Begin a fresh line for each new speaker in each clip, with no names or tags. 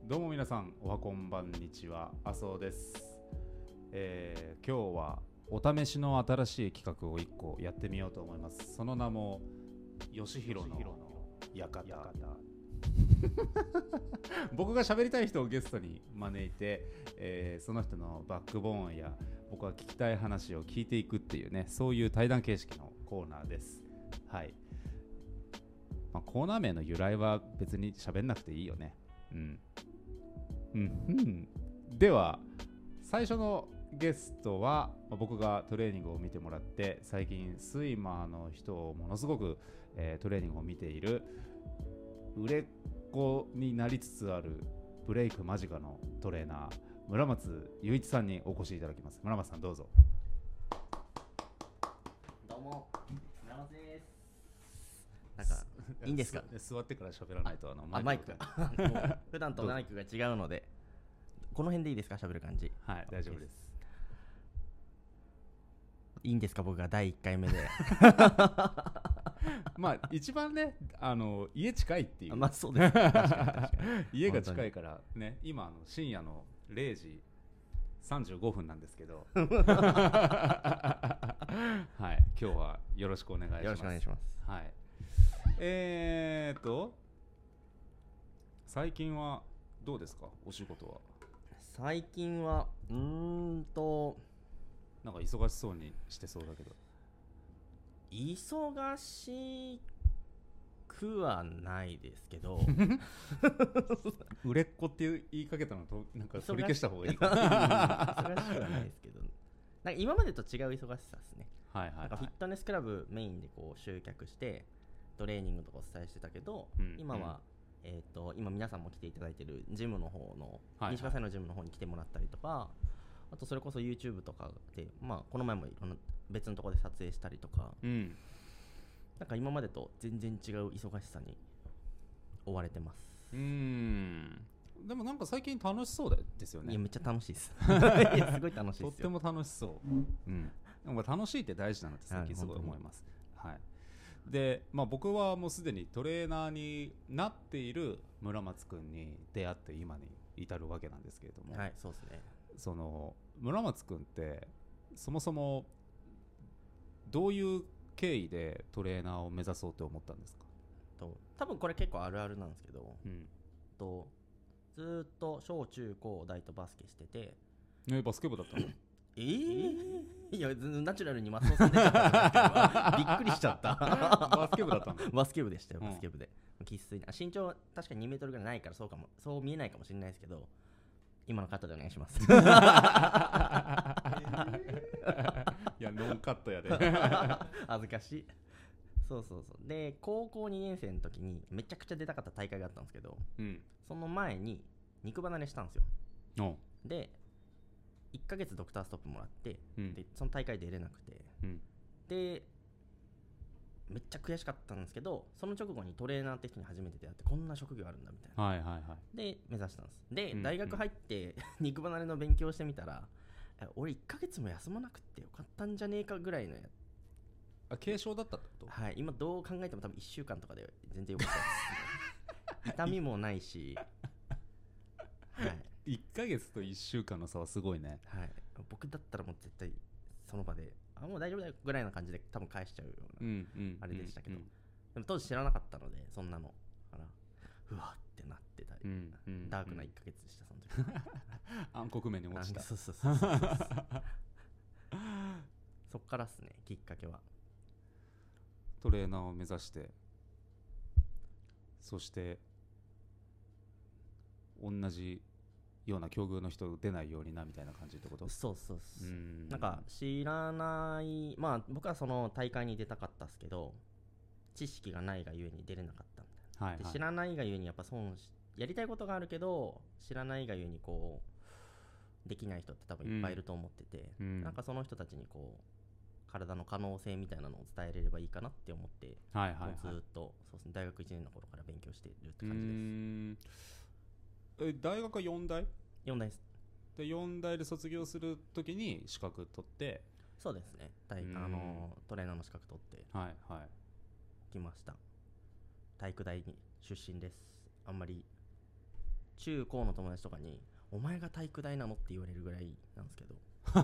どうも皆さん、おはこんばんにちは、麻生です。今日はお試しの新しい企画を1個やってみようと思います。その名も、よしひろの館。僕が喋りたい人をゲストに招いて、その人のバックボーンや僕が聞きたい話を聞いていくっていうね、そういう対談形式のコーナーです。はい。コーナー名の由来は別に喋んなくていいよね。では最初のゲストは僕がトレーニングを見てもらって最近スイマーの人をものすごく、トレーニングを見ている売れっ子になりつつあるブレイク間近のトレーナー村松雄一さんにお越しいただきます。村松さんどうぞ。
どうも村松です。なんかいいんですか？
座ってから喋らないと
マイクが普段とマイクが違うのでこの辺でいいですか？喋る感じ。
はい大丈夫です。
いいんですか？僕が第1回目で
まあ一番ね家近いっていう
まあそうです確かに
家が近いからね。今深夜の0時35分なんですけどはい今日はよろしくお願いします。
よろしくお願いします。
はい。最近はどうですか？お仕事は。
最近は
なんか忙しそうにしてそうだけど。
忙しくはないですけど
売れっ子って言いかけたのとなんか取り消した方がいいか
忙しくはないですけどなんか今までと違う忙しさですね。
はいはい、はい、
なんかフィットネスクラブメインでこう集客してトレーニングとかお伝えしてたけど、今は、今皆さんも来ていただいているジムの方の、西川さんのジムの方に来てもらったりとか、あとそれこそ YouTube とかで、この前もいろんな別のところで撮影したりとか、なんか今までと全然違う忙しさに追われてます。
でもなんか最近楽しそうですよね。
いやめっちゃ楽しいですいやすごい楽しいですよ。
とっても楽しそう、でも楽しいって大事だなって最近すごい思います。はい。で、僕はもうすでにトレーナーになっている村松くんに出会って今に至るわけなんですけれども、
はい、そうですね。
その村松くんってそもそもどういう経緯でトレーナーを目指そうと思ったんですか？
多分これ結構あるあるなんですけど、ずーっと小中高大とバスケしてて、
バスケ部だったの？
いやナチュラルに松尾さん出ちゃったびっくりしちゃった
バスケ部だったんだ。
バスケ部でしたよ。バスケ部で生粋に身長確かに2メートルぐらいないからそう見えないかもしれないですけど、今のカットでお願いしますい
やノンカットやで
恥ずかしい。そうで高校2年生の時にめちゃくちゃ出たかった大会があったんですけど、その前に肉離れしたんですよ。で1ヶ月ドクターストップもらって、でその大会出れなくて、でめっちゃ悔しかったんですけど、その直後にトレーナーって人に初めて出会って、こんな職業あるんだみたいな、で目指したんです。で、大学入って肉離れの勉強してみたら、俺1ヶ月も休まなくてよかったんじゃねえかぐらいの
軽症だったってこと？
はい、今どう考えても多分1週間とかで全然よかったです痛みもないし
1ヶ月と1週間の差はすごいね。
はい、僕だったらもう絶対その場でもう大丈夫だよぐらいな感じで多分返しちゃうようなあれでしたけど、でも当時知らなかったのでそんなのからうわってなってたり、ダークな1ヶ月でしたその時
暗黒面に落ちた。
そうそっからっすね、きっかけは。
トレーナーを目指して、そして同じような境遇の人出ないようになみたいな感じってこと？
そうなんか知らない、僕はその大会に出たかったっすけど知識がないがゆえに出れなかったみたいな、で知らないがゆえにやっぱやりたいことがあるけど知らないがゆえにこうできない人って多分いっぱいいると思ってて、なんかその人たちにこう体の可能性みたいなのを伝えれればいいかなって思って、もうずっとそうですね、大学1年の頃から勉強しているって感じです。
大学は4大
4大です。
で4大で卒業するときに資格取って。
そうですね、トレーナーの資格取ってきました。体育大に出身です。あんまり中高の友達とかにお前が体育大なのって言われるぐらいなんですけど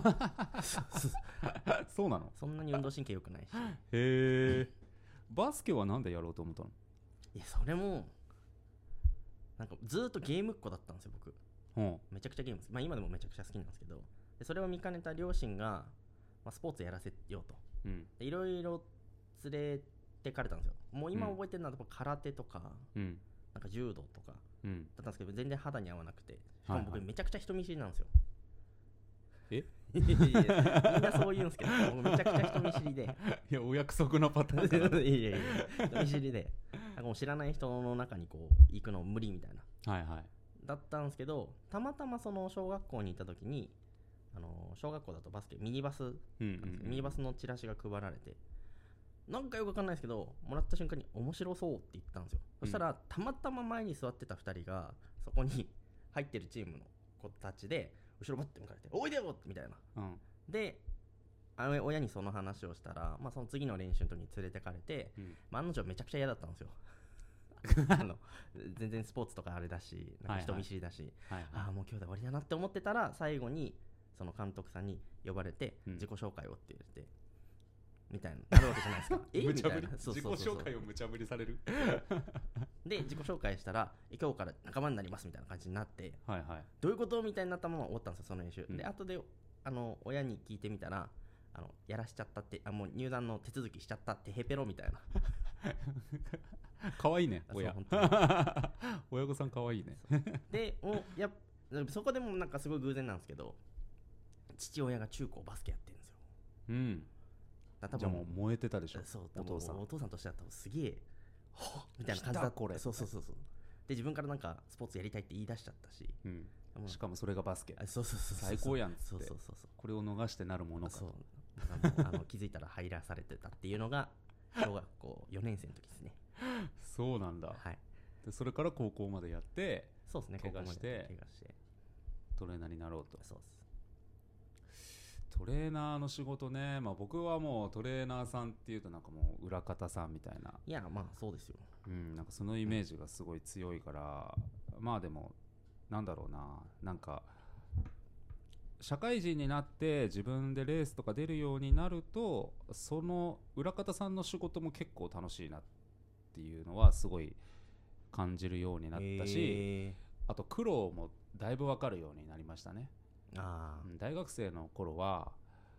そうなの？
そんなに運動神経良くないし。
へえ。バスケはなんでやろうと思ったの？
いやそれもなんかずっとゲームっ子だったんですよ僕。めちゃくちゃゲーム好き、まあ、今でもめちゃくちゃ好きなんですけど、でそれを見かねた両親が、まあ、スポーツやらせようと、いろいろ連れてかれたんですよ。もう今覚えてるのは空手とか、なんか柔道とかだったんですけど、全然肌に合わなくて、しかも僕めちゃくちゃ人見知りなんですよ。
え
みんなそう言うんですけど、僕めちゃくちゃ人見知りで
いやお約束のパターンかな
いや人見知りでなんかもう知らない人の中にこう行くの無理みたいな、だったんですけど、たまたまその小学校に行った時に小学校だとバスケミニバスのチラシが配られて、なんかよくわかんないですけどもらった瞬間に面白そうって言ったんですよ。そしたらたまたま前に座ってた2人がそこに入ってるチームの子たちで後ろバッて向かれておいでよみたいな、で親にその話をしたら、まあ、その次の練習の時に連れてかれて、案の定めちゃくちゃ嫌だったんですよ全然スポーツとかあれだし、なんか人見知りだし、ああもう今日で終わりだなって思ってたら、最後にその監督さんに呼ばれて、自己紹介をって言われてみたいななるわけじゃないですか
無茶ぶり、
自己
紹介を無茶ぶりされる
で自己紹介したら今日から仲間になりますみたいな感じになって、どういうことみたいになったまま終わったんですよその練習、で後で親に聞いてみたらやらしちゃったって、もう入団の手続きしちゃったってヘペロみたいな
かわいいね親親御さんかわいいね
でそこでもなんかすごい偶然なんですけど、父親が中高バスケやってるんですよ。
じゃあもう燃えてたでしょ。
お父さんとしては多分すげえみたいな感じだった。これそうで自分からなんかスポーツやりたいって言い出しちゃったし、
しかもそれがバスケ、
最
高やんっつって、これを逃してなるものかと。
気づいたら入らされてたっていうのが小学校4年生の時ですね
そうなんだ。でそれから高校までやって、
そうですね、
怪我してトレーナーになろうと。
そうです。
トレーナーの仕事ね、まあ、僕はもうトレーナーさんっていうとなんかもう裏方さんみたいな、
いやまあそうですよ、
なんかそのイメージがすごい強いから、まあでもなんだろうな、なんか社会人になって自分でレースとか出るようになると、その裏方さんの仕事も結構楽しいなっていうのはすごい感じるようになったし、あと苦労もだいぶ分かるようになりましたね。大学生の頃は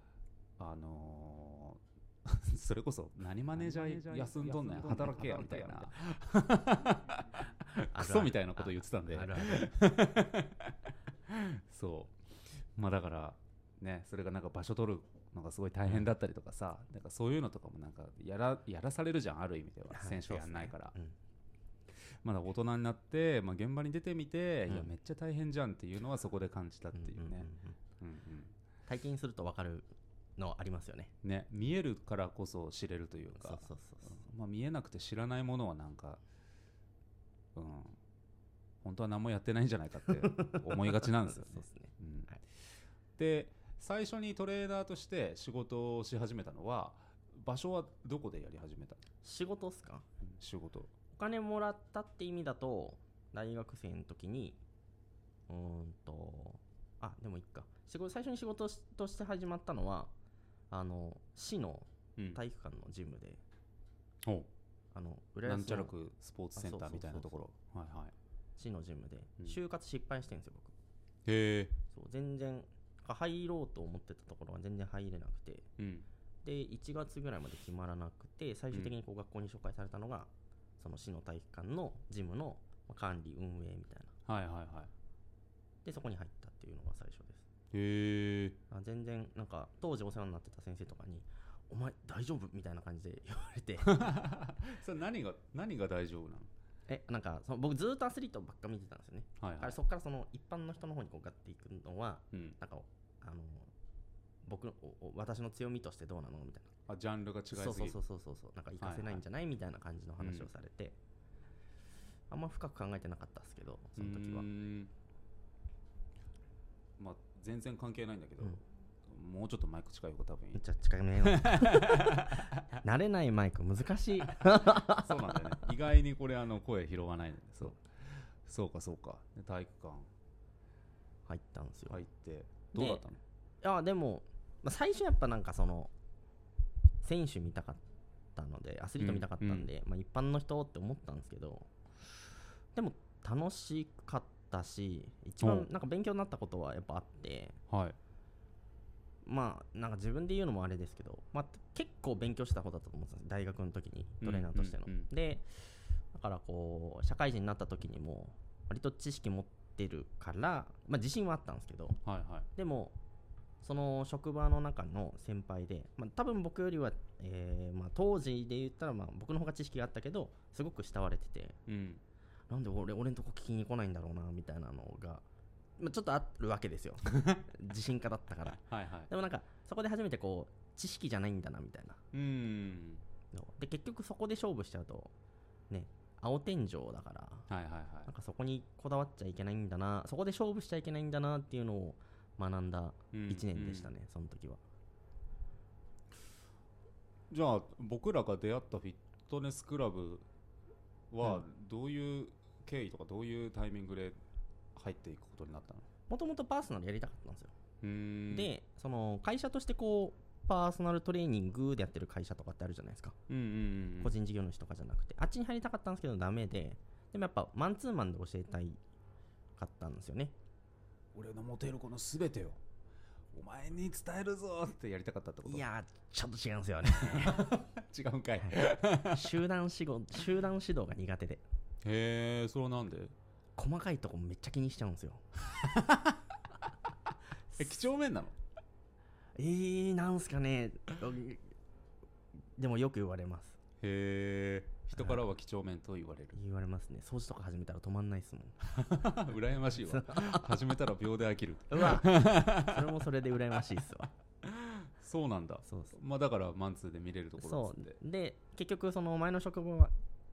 それこそ何マネージャー休んどんねん働けやみたいなクソみたいなこと言ってたんでそうまあだからね、それがなんか場所取るのがすごい大変だったりとかさ、なんかそういうのとかもなんかやらされるじゃん、ある意味では選手やんないから、まだ大人になって、まあ、現場に出てみて、いやめっちゃ大変じゃんっていうのはそこで感じたっていうね。
体験すると分かるのありますよね。
見えるからこそ知れるというか、まあ、見えなくて知らないものはなんか、本当は何もやってないんじゃないかって思いがちなんですよね。で最初にトレーナーとして仕事をし始めたのは、場所はどこでやり始めたの？仕
事っすか？
仕事、
お金もらったって意味だと大学生の時にでもいいか、最初に仕事として始まったのは市の体育館のジムで、
なんちゃら区スポーツセンターみたいなところ、
市のジムで就活失敗してるんですよ僕。
へえ。
そう全然入ろうと思ってたところが全然入れなくて、で1月ぐらいまで決まらなくて、最終的にこう学校に紹介されたのが、その市の体育館のジムの管理運営みたいな、でそこに入ったっていうのが最初です。
へえ。
全然なんか当時お世話になってた先生とかにお前大丈夫みたいな感じで言われて
それ何が大丈夫なの？
なんか僕ずっとアスリートばっか見てたんですよね。そこからその一般の人の方にこうガッていくのは、なんか私の強みとしてどうなのみたいな、
ジャンルが違いすぎる。
なんか活かせないんじゃないみたいな感じの話をされて、あんま深く考えてなかったですけど、その時は。
まあ全然関係ないんだけど、もうちょっとマイク近い方が多分いい。
めっちゃ近めよ慣れないマイク難しい
そうなんだよね、意外にこれ声拾わないんで、 そうかそうか。で体育館
入ったんですよ。
入ってどうだったの？
いやでも、最初やっぱなんかその選手見たかったので、アスリート見たかったんで、一般の人って思ったんですけど、でも楽しかったし、一番なんか勉強になったことはやっぱあって、
はい、
なんか自分で言うのもあれですけど、結構勉強したことだったと思ってたんです、大学の時にトレーナーとしての。でだからこう社会人になった時にも割と知識持ってるから、自信はあったんですけど、
はいはい、
でもその職場の中の先輩で、多分僕よりは、当時で言ったら僕の方が知識があったけどすごく慕われてて、なんで俺のとこ聞きに来ないんだろうなみたいなのが、ちょっとあるわけですよ自信家だったから
はい、はい、
でもなんかそこで初めてこう知識じゃないんだなみたいなで、結局そこで勝負しちゃうとね、青天井だから、
はいはいはい、
なんかそこにこだわっちゃいけないんだな、そこで勝負しちゃいけないんだなっていうのを学んだ1年でしたね、その時は。
じゃあ僕らが出会ったフィットネスクラブはどういう経緯とかどういうタイミングで入っていくことになったの？
もともとパーソナルやりたかったんですよ。でその会社としてこうパーソナルトレーニングでやってる会社とかってあるじゃないですか、個人事業主とかじゃなくて、あっちに入りたかったんですけどダメで、でもやっぱマンツーマンで教えたいかったんですよね。
俺の持てるこの全てをお前に伝えるぞってやりたかったってこと？
いやちょっと違うんですよね
違うんかい
集団指導が苦手で。
へえ、それはなんで？
細かいとこめっちゃ気にしちゃうんですよ
几帳面なの？
なんすかねでもよく言われます。
へえ、人からは几帳面と言われる。
言われますね。掃除とか始めたら止まんないっすもん
羨ましいわ始めたら秒で飽きる
うわそれもそれで羨ましいっすわ
そうなんだ。
そうそう、
だからマンツーで見れるところです
そうで、結局その前の職場は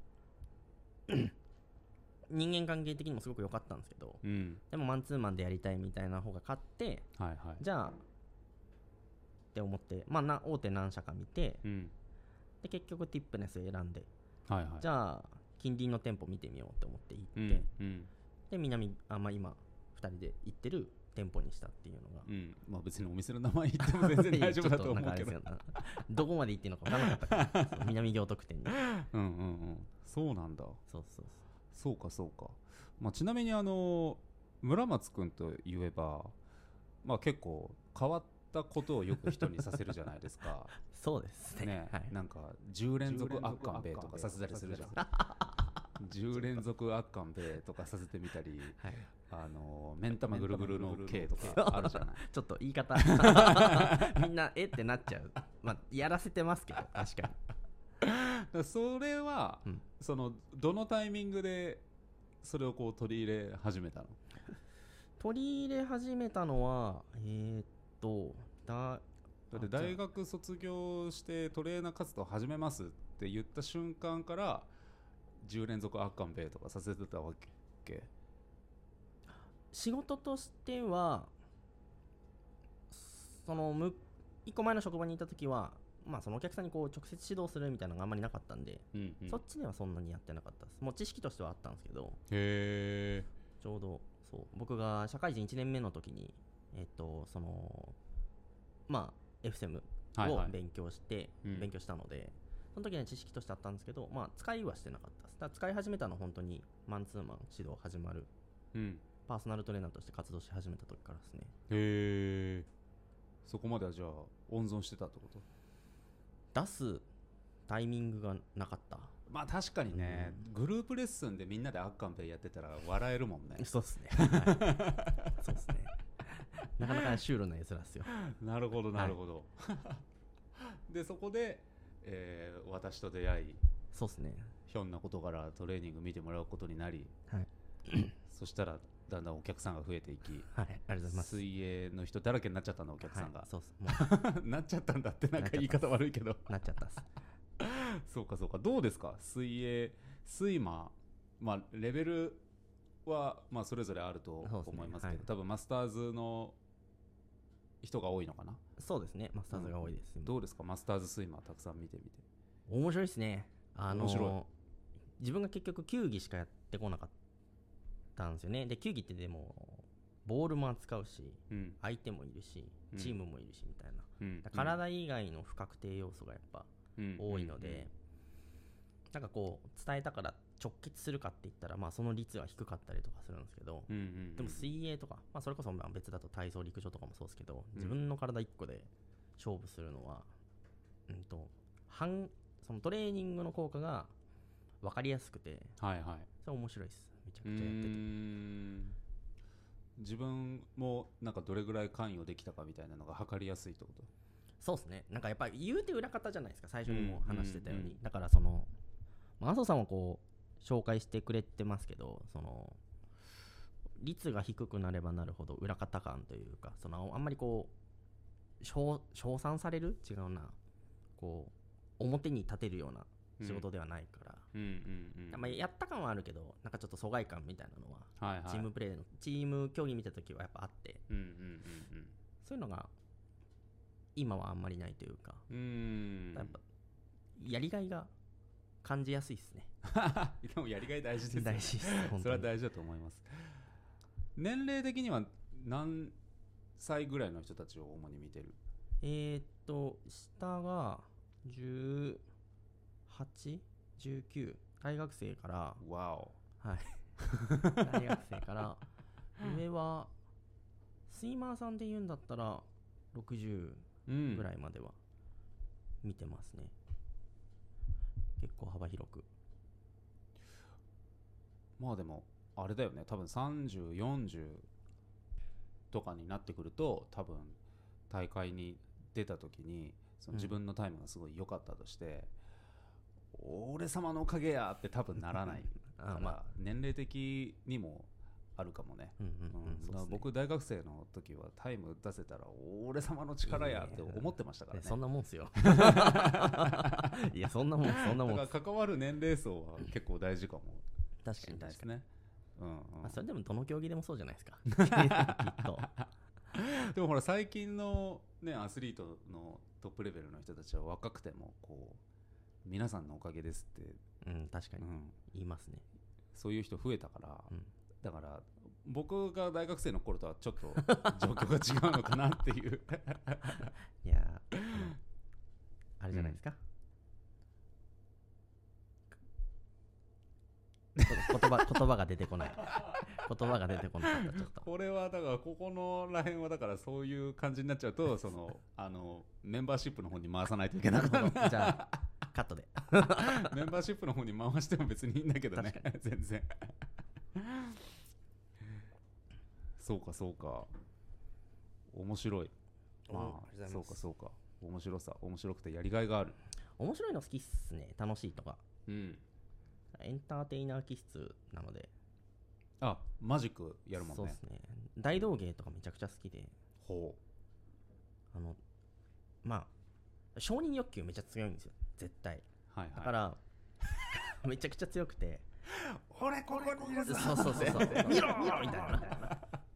人間関係的にもすごく良かったんですけど、でもマンツーマンでやりたいみたいな方が勝って、じゃあって思って、大手何社か見て、で結局ティップネス選んで、じゃあ近隣の店舗見てみようと思って行って、で今2人で行ってる店舗にしたっていうのが、
別にお店の名前言っても全然大丈夫だと思うけど
どこまで行っていいのか分からなかったから南行徳店に
そうなんだ。そうか。ちなみに村松くんといえば、結構変わったことをよく人にさせるじゃないですか
そうですね、はい、
なんか10連続アッカンベイとかさせたりするじゃん10連続アッカンベイとかさせてみたり、目ん玉ぐるぐるの K とかあるじゃない
ちょっと言い方みんなってなっちゃう。やらせてますけど確かに
それは、そのどのタイミングでそれをこう取り入れ始めたの？
取り入れ始めたのは
だって大学卒業してトレーナー活動始めますって言った瞬間から10連続アッカンベイとかさせてたわけ？
仕事としてはその1個前の職場にいた時はそのお客さんにこう直接指導するみたいなのがあんまりなかったんで、そっちではそんなにやってなかったです。もう知識としてはあったんですけど、
へ
ちょうどそう僕が社会人1年目の時にそのFSEM を勉強したので、その時には知識としてあったんですけど、使いはしてなかったです。だから使い始めたのは本当にマンツーマン指導始まる、パーソナルトレーナーとして活動し始めた時からですね。
へえ、そこまではじゃあ温存してたってこと？
出すタイミングがなかった。
確かにね、グループレッスンでみんなでアッカンペイやってたら笑えるもんね。
そうっすね、そうっすねなかなかシュールな奴らっすよ
なるほど、でそこで、私と出会い、
そうっすね、
ひょんなことからトレーニング見てもらうことになり、そしたらだんだんお客さんが増えていき、
ありがとうございます。
水泳の人だらけになっちゃったの、お客さんが。
そうっす
なっちゃったんだって、なんか言い方悪いけど
なっちゃったっす
そうか。どうですか、スイマー、レベルはそれぞれあると思いますけど、多分マスターズの人が多いのかな？
そうですね、マスターズが多いです、
どうですか、マスターズスイマーたくさん見てみて。
面白いですね。
面白い。
自分が結局球技しかやってこなかったたんですよね。で球技ってでもボールも扱うし、相手もいるしチームもいるしみたいな、体以外の不確定要素がやっぱ多いので、なんかこう伝えたから直結するかって言ったら、まあその率は低かったりとかするんですけど、でも水泳とか、まあ、それこそ別だと体操陸上とかもそうですけど、自分の体1個で勝負するのは、そのトレーニングの効果が分かりやすくて、それ面白いです。めちゃくちゃやってて、
自分もなんかどれぐらい関与できたかみたいなのが測りやすいってこと？
そうですね。なんかやっぱり言うて裏方じゃないですか、最初にも話してたように。だからその麻生さんはこう紹介してくれてますけど、その率が低くなればなるほど裏方感というか、そのあんまりこう称賛される、違うな、こう表に立てるような仕事ではないから、まあやった感はあるけど、なんかちょっと疎外感みたいなのは、チームプレーのチーム競技見た時はやっぱあって、そういうのが今はあんまりないというか、やっぱやりがいが感じやすいですね。
でもやりがい大事ですよね。
大事です。
それは大事だと思います。年齢的には何歳ぐらいの人たちを主に見てる？
下が18、19、大学生から、
わお、
はい大学生から上はスイマーさんで言うんだったら60ぐらいまでは見てますね。結構幅広く。
まあでもあれだよね、多分30、40とかになってくると、多分大会に出た時にその自分のタイムがすごい良かったとして、俺様のおかげやって多分ならないから年齢的にもあるかもね。僕大学生の時はタイム出せたら俺様の力やって思ってましたからね。
そんなもんっすよいやそんなもんだ
から関わる年齢層は結構大事かも。
確かに確かに、それでもどの競技でもそうじゃないですかきっと
でもほら最近のねアスリートのトップレベルの人たちは若くてもこう皆さんのおかげですって、
確かに、言いますね。
そういう人増えたから、だから僕が大学生の頃とはちょっと状況が違うのかなっていう
いやあれじゃないですか、言葉が出てこない言葉が出てこなかった。ちょっと
これはだからここのらへんはだからそういう感じになっちゃうとそのメンバーシップの方に回さないといけなくなる。
じゃあカットで
メンバーシップの方に回しても別にいいんだけどね全然そうか面白い。そうか面白くてやりがいがある。
面白いの好きっすね。楽しいとか、エンターテイナー気質なので。
マジックやるもんね。
そうですね。大道芸とかめちゃくちゃ好きで、まあ承認欲求めちゃ強いんですよ絶対、だからめちゃくちゃ強くて
俺ここにいるぞ
そう見ろみたいな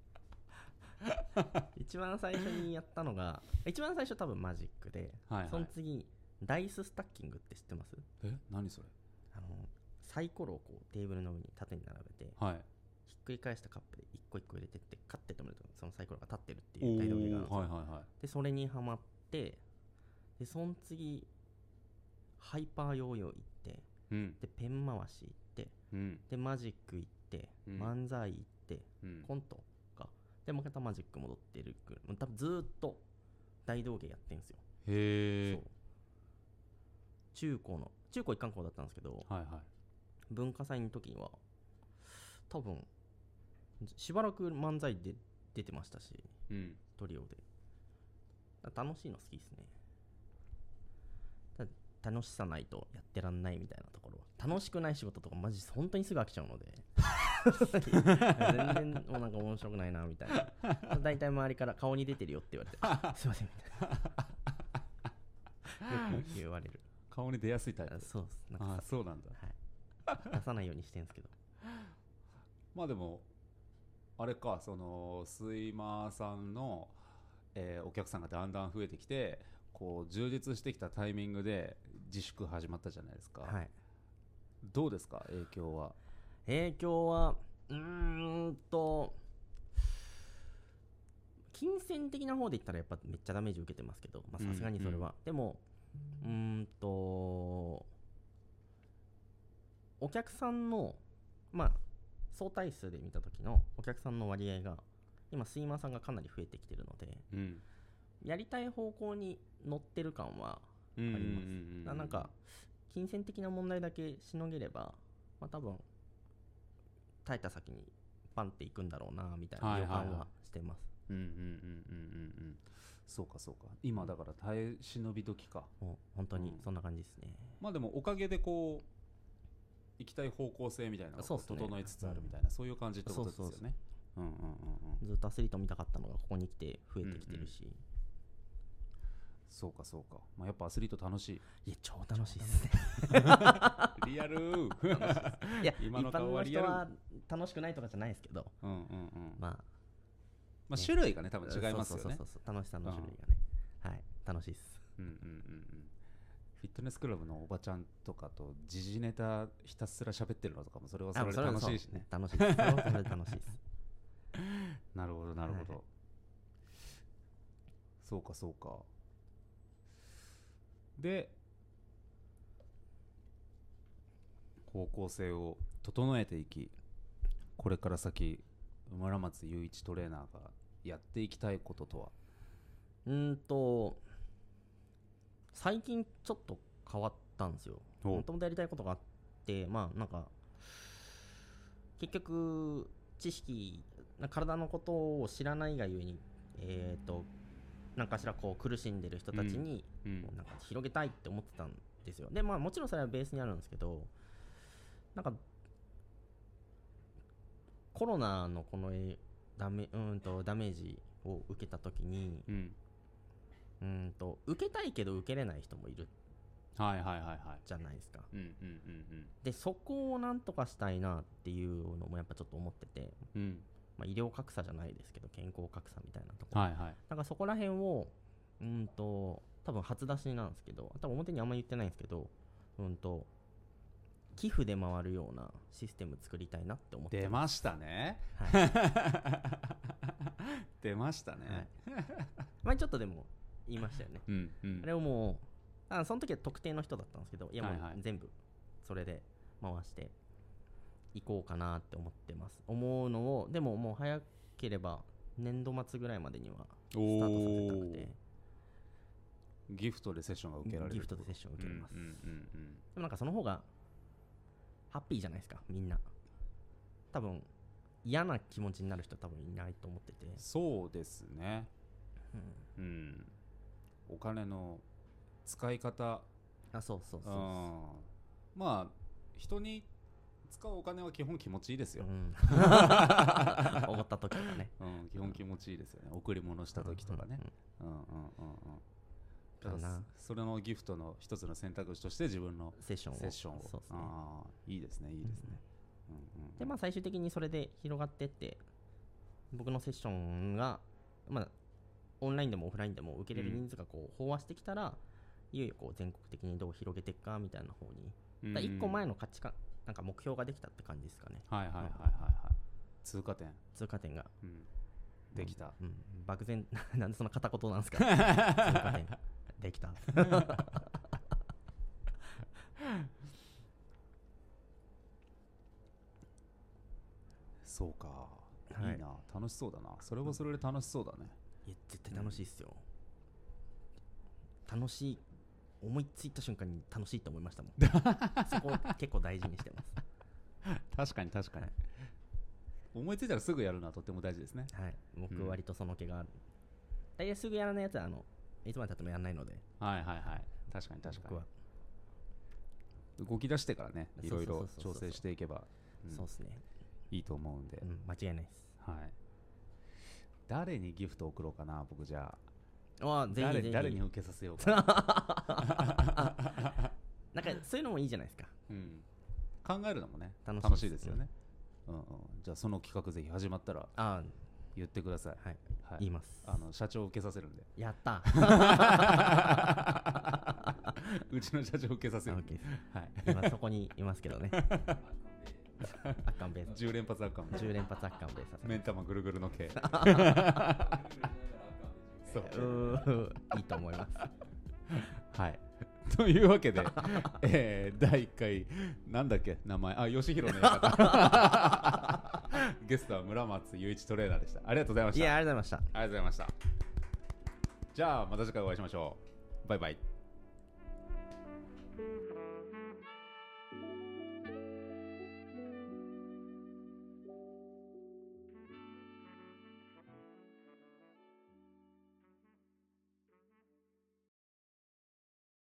一番最初にやったのが一番最初多分マジックで、その次ダイススタッキングって知ってます？
何それ？
サイコロをこうテーブルの上に縦に並べて、ひっくり返したカップで一個一個入れてってカッて止めるとそのサイコロが立ってるっていう大道芸があるんですよ。でそれにハマって、でその次ハイパーヨーヨー行って、でペン回し行って、でマジック行って、漫才行って、コントかでまたマジック戻ってる。多分ずーっと大道芸やってんすよ。
へえ。
中高一貫校だったんですけど、文化祭の時には多分しばらく漫才で出てましたし、トリオで楽しいの好きですね。楽しさないとやってらんないみたいなところ、楽しくない仕事とかマジ本当にすぐ飽きちゃうので全然もうなんか面白くないなみたいな。大体周りから顔に出てるよって言われてすいませんみたいなよく言われる。
顔に出やすいタイプ。
そうっす。なんか
そうなんだ、
出さないようにしてるんですけど
まあでもあれか、そのスイマーさんの、お客さんがだんだん増えてきてこう充実してきたタイミングで自粛始まったじゃないですか。どうですか影響は？
金銭的な方で言ったらやっぱめっちゃダメージ受けてますけど、さすがにそれは、でもお客さんの相対数で見た時のお客さんの割合が今スイマーさんがかなり増えてきてるので、やりたい方向に乗ってる感はあります。なんか金銭的な問題だけしのげれば、多分耐えた先にパンっていくんだろうなみたいな予感はしてます。
そうかそうか。今だから耐え忍び時か。
本当にそんな感じですね。
でもおかげでこう行きたい方向性みたいなのが整いつつあるみたいな、そういう感じってことですよね。
ずっとアスリート見たかったのがここに来て増えてきてるし、
そうかそうか。やっぱアスリート楽しい。
いや超楽しいですね。
リアル。
いや今の顔はリアル。一般の人は楽しくないとかじゃないですけど、
種類がね多分違いますよね。
楽しさの種類がね、はい楽しいです。
フィットネスクラブのおばちゃんとかと時事ネタひたすら喋ってるのとかもそれはそれで楽しいしね。
楽しいです。それで楽しいです。
なるほどなるほど。そうかそうか。で方向性を整えていき、これから先村松雄一トレーナーがやっていきたいこととは。
最近ちょっと変わったんですよ。もともとやりたいことがあって、なんか結局知識、体のことを知らないがゆえに何かしらこう苦しんでる人たちになんか広げたいって思ってたんですよ。でもちろんそれはベースにあるんですけど、なんかコロナのこのダメージを受けた時に、受けたいけど受けれない人もいるじゃないですか。でそこをなんとかしたいなっていうのもやっぱちょっと思ってて、医療格差じゃないですけど健康格差みたいなところ、なんかそこら辺を多分初出しなんですけど、多分表にあんまり言ってないんですけど、寄付で回るようなシステム作りたいなって思ってます。
出ましたね、出ましたね、
前ちょっとでも言いましたよね。あれをもうその時は特定の人だったんですけど、いやもう全部それで回していこうかなって思ってます。思うのをでももう早ければ年度末ぐらいまでにはスタートさせたくて、
ギフトでセッションが受けられる。
ギフトでセッションを受けれます。でもなんかその方がハッピーじゃないですか、みんな。多分嫌な気持ちになる人多分いないと思ってて。
そうですね。お金の使い方。
そう
人に使うお金は基本気持ちいいですよ。
おごった時とかね。
基本気持ちいいですよね。贈り物した時とかね。それのギフトの一つの選択肢として自分のセッションを。いいですねいいですね。
で最終的にそれで広がってって、僕のセッションがオンラインでもオフラインでも受けれる人数がこう飽和してきたら、いよいよこう全国的にどう広げていくかみたいな方に、1個前の価値観なんか目標ができたって感じですかね。
通過点
が
できた。
漠然なんでそんな片言なんですか。通過点できた。
そうか、いいな、楽しそうだな。それはそれで楽しそうだね。
いや絶対楽しいっすよ。楽しい、思いついた瞬間に楽しいと思いましたもん。そこを結構大事にしてます。
確かに、思いついたらすぐやるのはとても大事ですね。
僕割とその気がある。大体すぐやらないやつはいつまでたってもやらないので。
確かに僕は動き出してからね、いろいろ調整していけば
そうですね、
いいと思うんで。
間違いないです。
誰にギフト送ろうかな、僕じゃ
あ。ぜひ
誰に受けさせようかな。
なんかそういうのもいいじゃないですか。
考えるのもね楽しいですよね。じゃあその企画ぜひ始まったら言ってください。
言います。
社長を受けさせるんで。
やった。
うちの社長を受けさせるんで。
今そこにいますけどね。 アッカンベース
10連発アッカン
10連発アッカンベース
目ん玉ぐるぐるの毛
そういいと思います
はいというわけで、第1回なんだっけ名前吉弘の館ゲストは村松雄一トレーナーでした。ありがとうございました。
いやありがとうございました。
ありがとうございました。じゃあまた次回お会いしましょう。バイバイ。